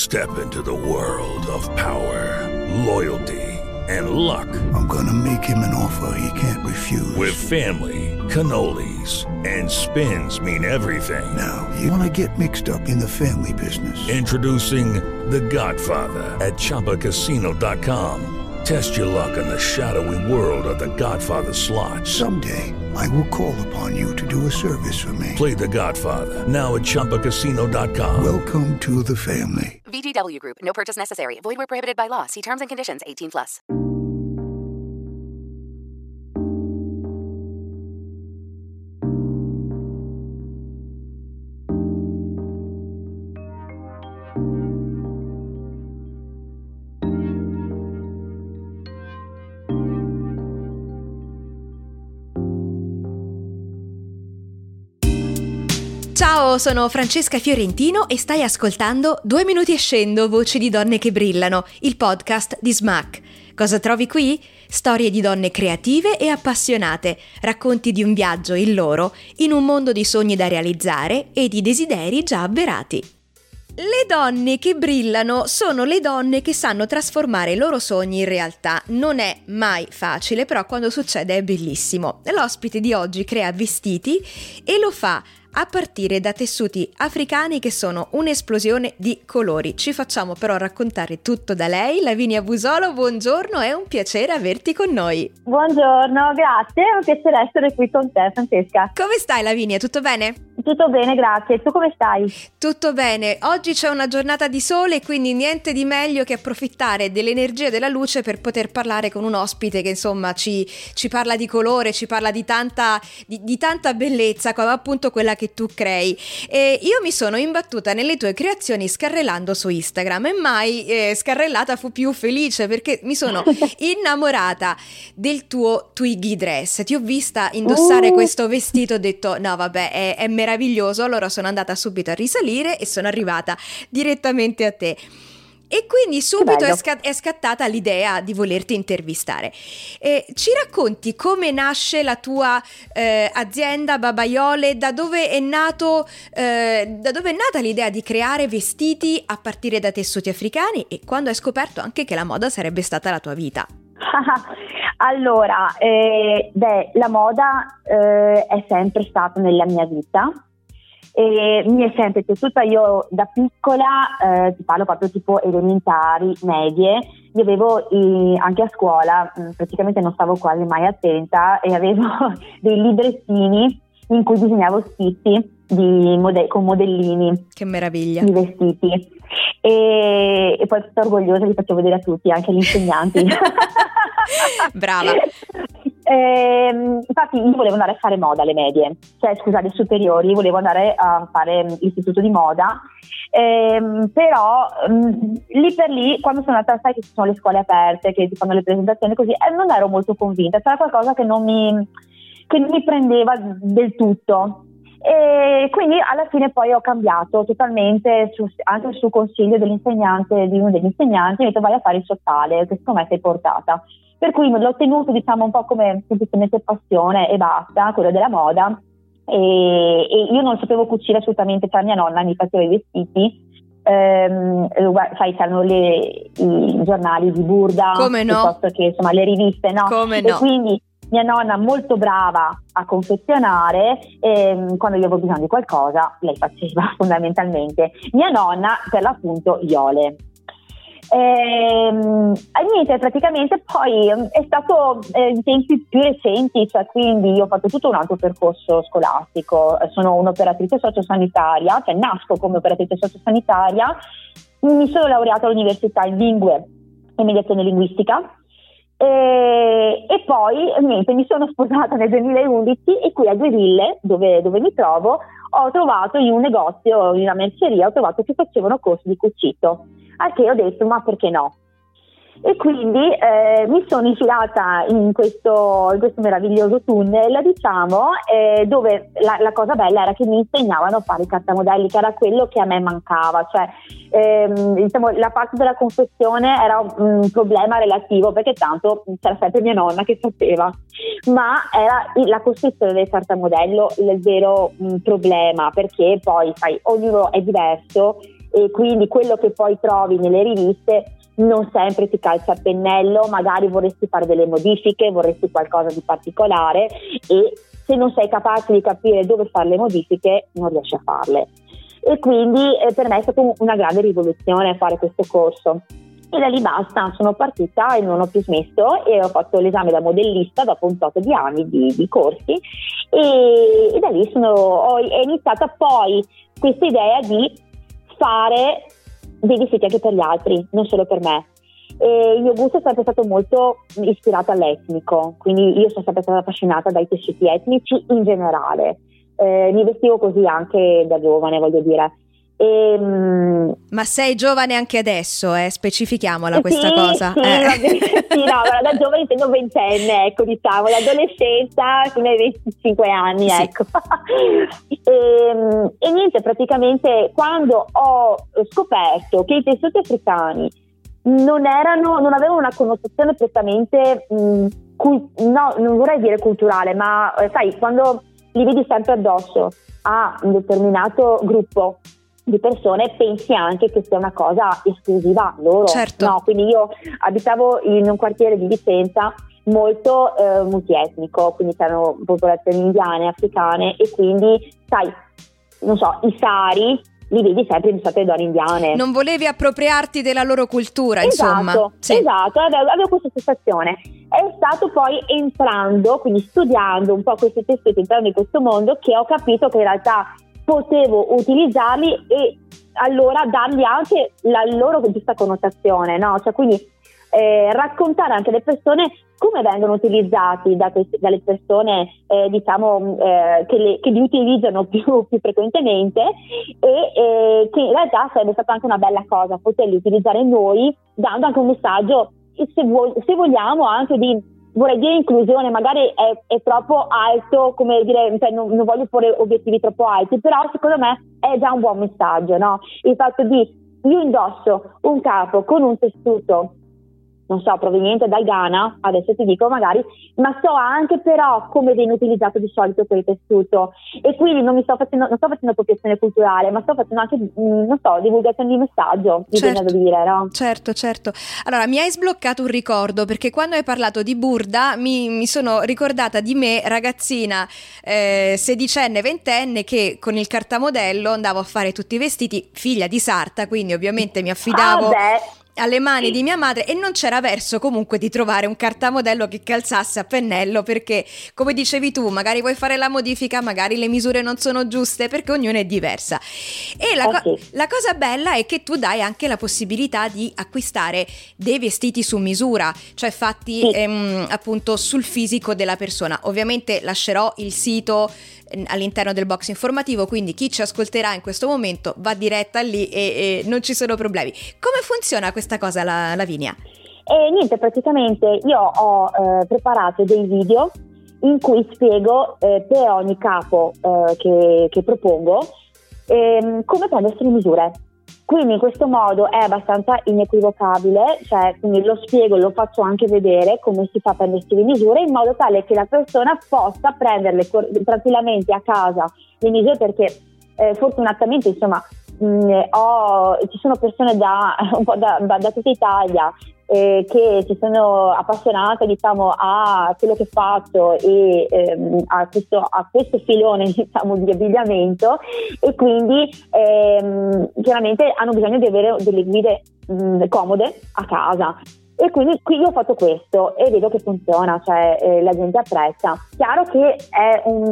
Step into the world of power, loyalty, and luck. I'm gonna make him an offer he can't refuse. With family, cannolis, and spins mean everything. Now, you wanna get mixed up in the family business. Introducing The Godfather at ChumbaCasino.com. Test your luck in the shadowy world of The Godfather slot. Someday, I will call upon you to do a service for me. Play The Godfather, now at ChumbaCasino.com. Welcome to the family. VGW Group. No purchase necessary. Void where prohibited by law. See terms and conditions. 18+. Ciao, sono Francesca Fiorentino e stai ascoltando 2 minuti e scendo, voci di donne che brillano, il podcast di Smack. Cosa trovi qui? Storie di donne creative e appassionate, racconti di un viaggio, il loro, in un mondo di sogni da realizzare e di desideri già avverati. Le donne che brillano sono le donne che sanno trasformare i loro sogni in realtà. Non è mai facile, però quando succede è bellissimo. L'ospite di oggi crea vestiti e lo fa a partire da tessuti africani che sono un'esplosione di colori. Ci facciamo però raccontare tutto da lei. Lavinia Busolo, buongiorno, è un piacere averti con noi. Buongiorno, grazie, è un piacere essere qui con te, Francesca. Come stai, Lavinia? Tutto bene? Tutto bene, grazie. Tu come stai? Tutto bene. Oggi c'è una giornata di sole, quindi niente di meglio che approfittare dell'energia della luce per poter parlare con un ospite che insomma ci parla di colore, ci parla di tanta bellezza, come appunto quella che tu crei. E io mi sono imbattuta nelle tue creazioni scarrellando su Instagram e mai scarrellata fu più felice perché mi sono innamorata del tuo Twiggy dress. Ti ho vista indossare questo vestito, ho detto no vabbè è meraviglioso, allora sono andata subito a risalire e sono arrivata direttamente a te. E quindi subito è scattata l'idea di volerti intervistare. Ci racconti come nasce la tua azienda Babaiole, da dove è nata l'idea di creare vestiti a partire da tessuti africani e quando hai scoperto anche che la moda sarebbe stata la tua vita? Allora, la moda è sempre stata nella mia vita. E mi è sempre piaciuta. Io da piccola, ti parlo proprio tipo elementari, medie, io avevo anche a scuola, praticamente non stavo quasi mai attenta e avevo dei librettini in cui disegnavo schizzi con modellini. Che meraviglia! Di vestiti e poi tutta orgogliosa li facevo vedere a tutti, anche agli insegnanti. Brava! Infatti io volevo andare a fare moda alle medie, alle superiori, volevo andare a fare l'istituto di moda, però lì per lì quando sono andata, sai che ci sono le scuole aperte che ti fanno le presentazioni così, non ero molto convinta, c'era qualcosa che non mi prendeva del tutto. E quindi alla fine poi ho cambiato totalmente anche sul consiglio dell'insegnante, di uno degli insegnanti, mi ha detto vai a fare il sociale, che secondo me sei portata. Per cui l'ho tenuto diciamo un po' come semplicemente passione e basta, quello della moda, e io non sapevo cucire assolutamente, cioè mia nonna mi faceva i vestiti, sai c'erano i giornali di Burda, come no? Piuttosto che insomma le riviste, no? Come no? E quindi mia nonna molto brava a confezionare, quando io avevo bisogno di qualcosa lei faceva fondamentalmente. Mia nonna per l'appunto Iole. Niente, praticamente poi è stato in tempi più recenti, cioè quindi io ho fatto tutto un altro percorso scolastico, sono un'operatrice sociosanitaria, cioè nasco come operatrice sociosanitaria, mi sono laureata all'università in lingue e mediazione linguistica e poi niente, mi sono sposata nel 2011 e qui a Due Ville, dove mi trovo, ho trovato in un negozio, in una merceria, ho trovato che facevano corsi di cucito. Al che ho detto ma perché no? E quindi mi sono infilata in questo meraviglioso tunnel, diciamo, dove la cosa bella era che mi insegnavano a fare i cartamodelli, che era quello che a me mancava, cioè diciamo la parte della confezione era un problema relativo perché tanto c'era sempre mia nonna che sapeva, ma era la costruzione del cartamodello il vero problema, perché poi sai ognuno è diverso e quindi quello che poi trovi nelle riviste non sempre ti calcia a pennello, magari vorresti fare delle modifiche, vorresti qualcosa di particolare e se non sei capace di capire dove fare le modifiche non riesci a farle. E quindi per me è stata una grande rivoluzione fare questo corso. E da lì basta, sono partita e non ho più smesso e ho fatto l'esame da modellista dopo un tot di anni di corsi e da lì è iniziata poi questa idea di fare dei vestiti anche per gli altri, non solo per me. E il mio gusto è sempre stato molto ispirato all'etnico, quindi io sono sempre stata affascinata dai tessuti etnici in generale. Mi vestivo così anche da giovane, voglio dire. Ma sei giovane anche adesso, specifichiamola questa cosa. Sì, sì, no, da giovane intendo ventenne, ecco, diciamo, l'adolescenza fino ai 25 anni, sì. Ecco. E niente, praticamente quando ho scoperto che i tessuti africani non avevano una connotazione prettamente, no, non vorrei dire culturale, ma sai, quando li vedi sempre addosso a un determinato gruppo di persone pensi anche che sia una cosa esclusiva loro, certo. No, quindi io abitavo in un quartiere di Vicenza molto multietnico, quindi c'erano popolazioni indiane, africane e quindi sai, non so, i sari li vedi sempre in state donne indiane. Non volevi appropriarti della loro cultura, esatto, insomma. Sì. Esatto, avevo questa sensazione. È stato poi entrando, quindi studiando un po' questi tessuti, entrando in questo mondo, che ho capito che in realtà potevo utilizzarli e allora dargli anche la loro giusta connotazione, no? Cioè quindi raccontare anche alle persone come vengono utilizzati dalle persone diciamo che li utilizzano più frequentemente e che in realtà sarebbe stata anche una bella cosa poterli utilizzare noi, dando anche un messaggio, se vogliamo, anche di, vorrei dire, inclusione. Magari è troppo alto, come dire, cioè non voglio porre obiettivi troppo alti, però secondo me è già un buon messaggio, no? Il fatto di io indosso un capo con un tessuto, non so, proveniente dal Ghana, adesso ti dico magari, ma so anche però come viene utilizzato di solito quel tessuto e quindi non sto facendo appropriazione culturale, ma sto facendo anche, non so, divulgazione di messaggio, bisogna dire, no? Certo. Allora, mi hai sbloccato un ricordo, perché quando hai parlato di burda mi sono ricordata di me, ragazzina, sedicenne, ventenne, che con il cartamodello andavo a fare tutti i vestiti, figlia di sarta, quindi ovviamente mi affidavo alle mani di mia madre e non c'era verso comunque di trovare un cartamodello che calzasse a pennello, perché come dicevi tu, magari vuoi fare la modifica, magari le misure non sono giuste, perché ognuna è diversa. E la cosa bella è che tu dai anche la possibilità di acquistare dei vestiti su misura, cioè fatti appunto sul fisico della persona. Ovviamente lascerò il sito all'interno del box informativo, quindi chi ci ascolterà in questo momento va diretta lì e non ci sono problemi. Come funziona questa cosa, Lavinia? Niente, praticamente io ho preparato dei video in cui spiego per ogni capo che propongo come prendersi le misure. Quindi in questo modo è abbastanza inequivocabile, cioè quindi lo spiego, lo faccio anche vedere come si fa a prendersi le misure, in modo tale che la persona possa prenderle tranquillamente a casa le misure, perché fortunatamente insomma ci sono persone da tutta Italia che si sono appassionate, diciamo, a quello che faccio e a questo filone, diciamo, di abbigliamento, e quindi chiaramente hanno bisogno di avere delle guide comode a casa. E quindi qui io ho fatto questo e vedo che funziona, cioè la gente apprezza. Chiaro che è un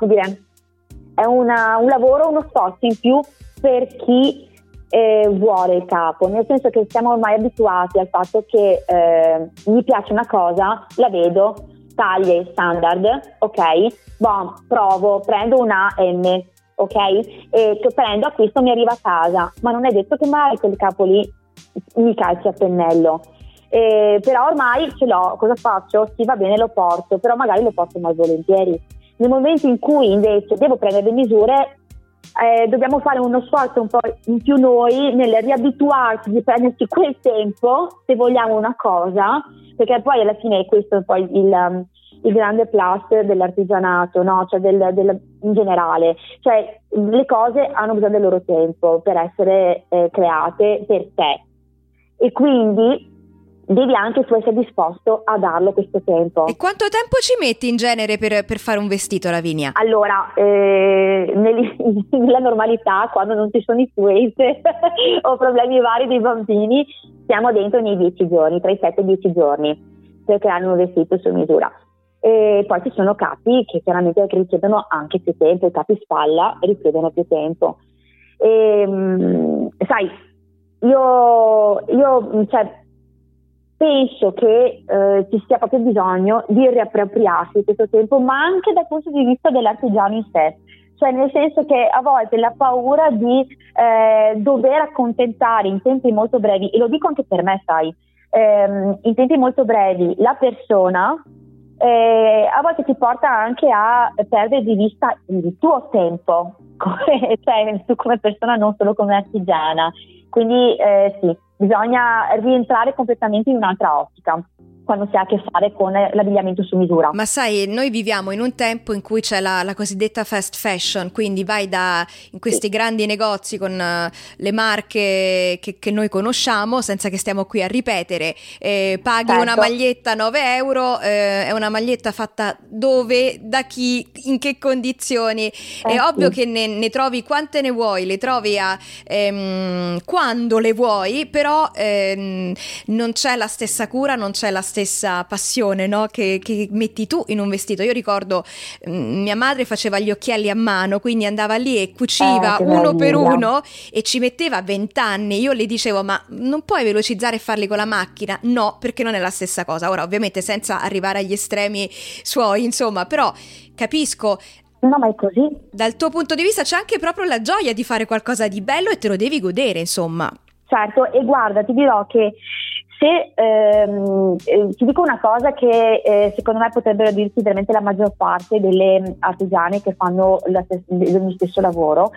lavoro, uno sforzo in più per chi vuole il capo, nel senso che siamo ormai abituati al fatto che mi piace una cosa, la vedo, taglie standard, ok, provo, prendo una M, ok, e che prendo, acquisto, mi arriva a casa, ma non è detto che mai quel capo lì mi calci a pennello. Però ormai ce l'ho, cosa faccio? Sì, va bene, lo porto, però magari lo porto malvolentieri. Nel momento in cui invece devo prendere le misure, dobbiamo fare uno sforzo un po' in più noi nel riabituarci di prenderci quel tempo se vogliamo una cosa, perché poi alla fine questo è poi il grande plus dell'artigianato, no? Cioè in generale, cioè le cose hanno bisogno del loro tempo per essere create per te, e quindi devi anche tu essere disposto a darlo questo tempo. E quanto tempo ci metti in genere per fare un vestito, Lavinia? Allora, nella normalità, quando non ci sono influenze o problemi vari dei bambini, siamo dentro nei 10 giorni, tra i 7 e i 10 giorni per creare un vestito su misura. E poi ci sono capi che chiaramente richiedono anche più tempo, i capi spalla richiedono più tempo. Sai, io cioè, penso che ci sia proprio bisogno di riappropriarsi di questo tempo, ma anche dal punto di vista dell'artigiano in sé, cioè nel senso che a volte la paura di dover accontentare in tempi molto brevi, e lo dico anche per me, sai, in tempi molto brevi la persona, a volte ti porta anche a perdere di vista il tuo tempo, cioè tu come persona, non solo come artigiana. Quindi sì, bisogna rientrare completamente in un'altra ottica quando si ha a che fare con l'abbigliamento su misura. Ma sai, noi viviamo in un tempo in cui c'è la cosiddetta fast fashion, quindi vai in questi grandi negozi con le marche che noi conosciamo, senza che stiamo qui a ripetere, paghi certo. Una maglietta 9 euro, è una maglietta fatta dove, da chi, in che condizioni, è ovvio che ne trovi quante ne vuoi, le trovi quando le vuoi, però non c'è la stessa cura, non c'è la stessa passione, no? che metti tu in un vestito. Io ricordo mia madre faceva gli occhielli a mano, quindi andava lì e cuciva uno per uno e ci metteva 20 anni. Io le dicevo: ma non puoi velocizzare e farli con la macchina? No, perché non è la stessa cosa. Ora, ovviamente senza arrivare agli estremi suoi, insomma, però capisco. No, ma è così. Dal tuo punto di vista c'è anche proprio la gioia di fare qualcosa di bello e te lo devi godere, insomma. Certo, e guarda, ti dirò che se ti dico una cosa che secondo me potrebbero dirti veramente la maggior parte delle artigiane che fanno il mio stesso lavoro,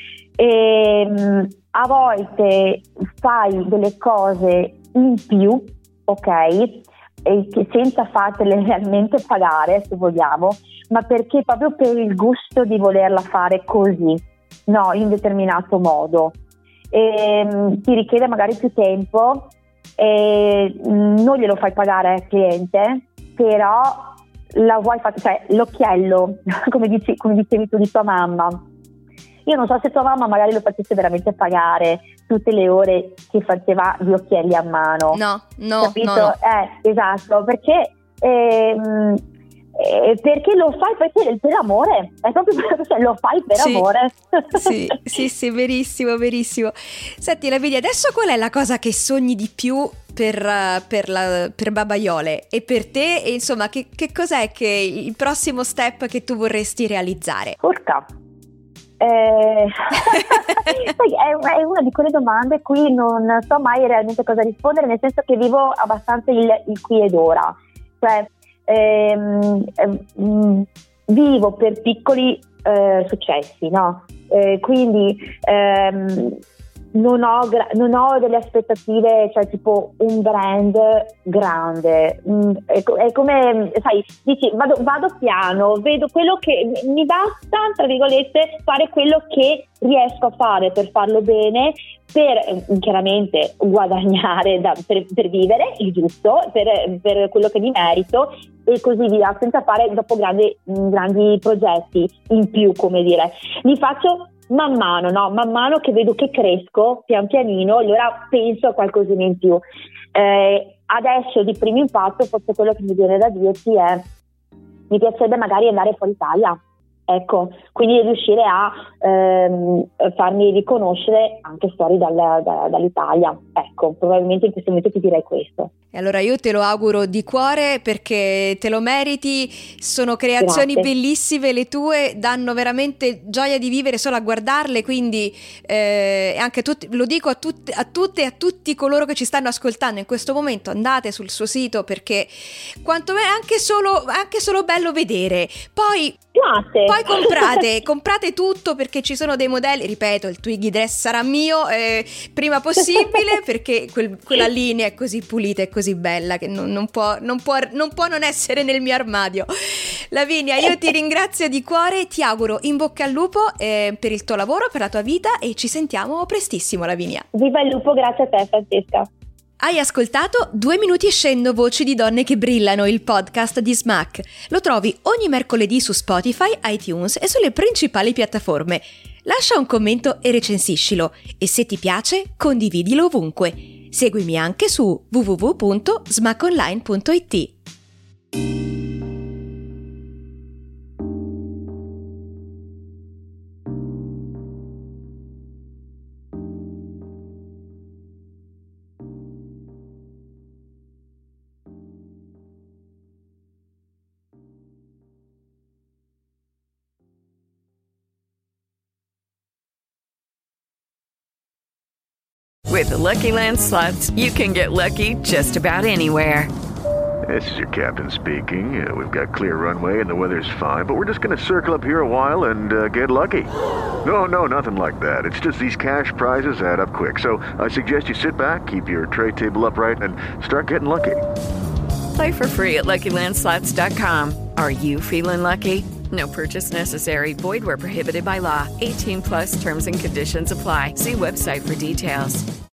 a volte fai delle cose in più, ok, senza fartele realmente pagare, se vogliamo, ma perché proprio per il gusto di volerla fare così, no, in determinato modo. Ti richiede magari più tempo, non glielo fai pagare al cliente, però la vuoi fare, cioè l'occhiello, come dicevi tu di tua mamma. Io non so se tua mamma magari lo facesse veramente pagare tutte le ore che faceva gli occhielli a mano. No, capito? No. Esatto, perché lo fai per amore, è proprio perché lo fai per amore. Sì, verissimo. Senti, Lavinia, adesso qual è la cosa che sogni di più per Babaiole e per te, e insomma che cos'è che il prossimo step che tu vorresti realizzare? Urca. È una di quelle domande a cui non so mai realmente cosa rispondere, nel senso che vivo abbastanza il qui ed ora, cioè vivo per piccoli successi, no? Quindi non ho delle aspettative, cioè tipo un brand grande, è come, sai, dici vado piano, vedo quello che mi basta, tra virgolette, fare quello che riesco a fare per farlo bene, per chiaramente guadagnare per vivere il giusto, per quello che mi merito e così via, senza fare dopo grandi progetti in più, come dire. Li faccio man mano che vedo che cresco pian pianino, allora penso a qualcosina in più. Adesso di primo impatto forse quello che mi viene da dirti è: mi piacerebbe magari andare fuori Italia, ecco, quindi riuscire a farmi riconoscere anche fuori dall'Italia, ecco, probabilmente in questo momento ti direi questo. E allora io te lo auguro di cuore, perché te lo meriti, sono creazioni bellissime le tue, danno veramente gioia di vivere solo a guardarle, quindi anche lo dico a tutte e a tutti coloro che ci stanno ascoltando in questo momento: andate sul suo sito, perché quanto è anche solo bello vedere. Poi piace. Poi comprate tutto, perché ci sono dei modelli, ripeto, il Twiggy Dress sarà mio prima possibile, perché quella linea è così pulita e così bella che non può non essere nel mio armadio. Lavinia, io ti ringrazio di cuore, ti auguro in bocca al lupo per il tuo lavoro, per la tua vita, e ci sentiamo prestissimo, Lavinia. Viva il lupo, grazie a te Francesca. Hai ascoltato 2 minuti e scendo, voci di donne che brillano, il podcast di Smack. Lo trovi ogni mercoledì su Spotify, iTunes e sulle principali piattaforme. Lascia un commento e recensiscilo, e se ti piace condividilo ovunque. Seguimi anche su www.smackonline.it. With the Lucky Land Slots, you can get lucky just about anywhere. This is your captain speaking. We've got clear runway and the weather's fine, but we're just going to circle up here a while and get lucky. No, nothing like that. It's just these cash prizes add up quick. So I suggest you sit back, keep your tray table upright, and start getting lucky. Play for free at LuckyLandSlots.com. Are you feeling lucky? No purchase necessary. Void where prohibited by law. 18+ terms and conditions apply. See website for details.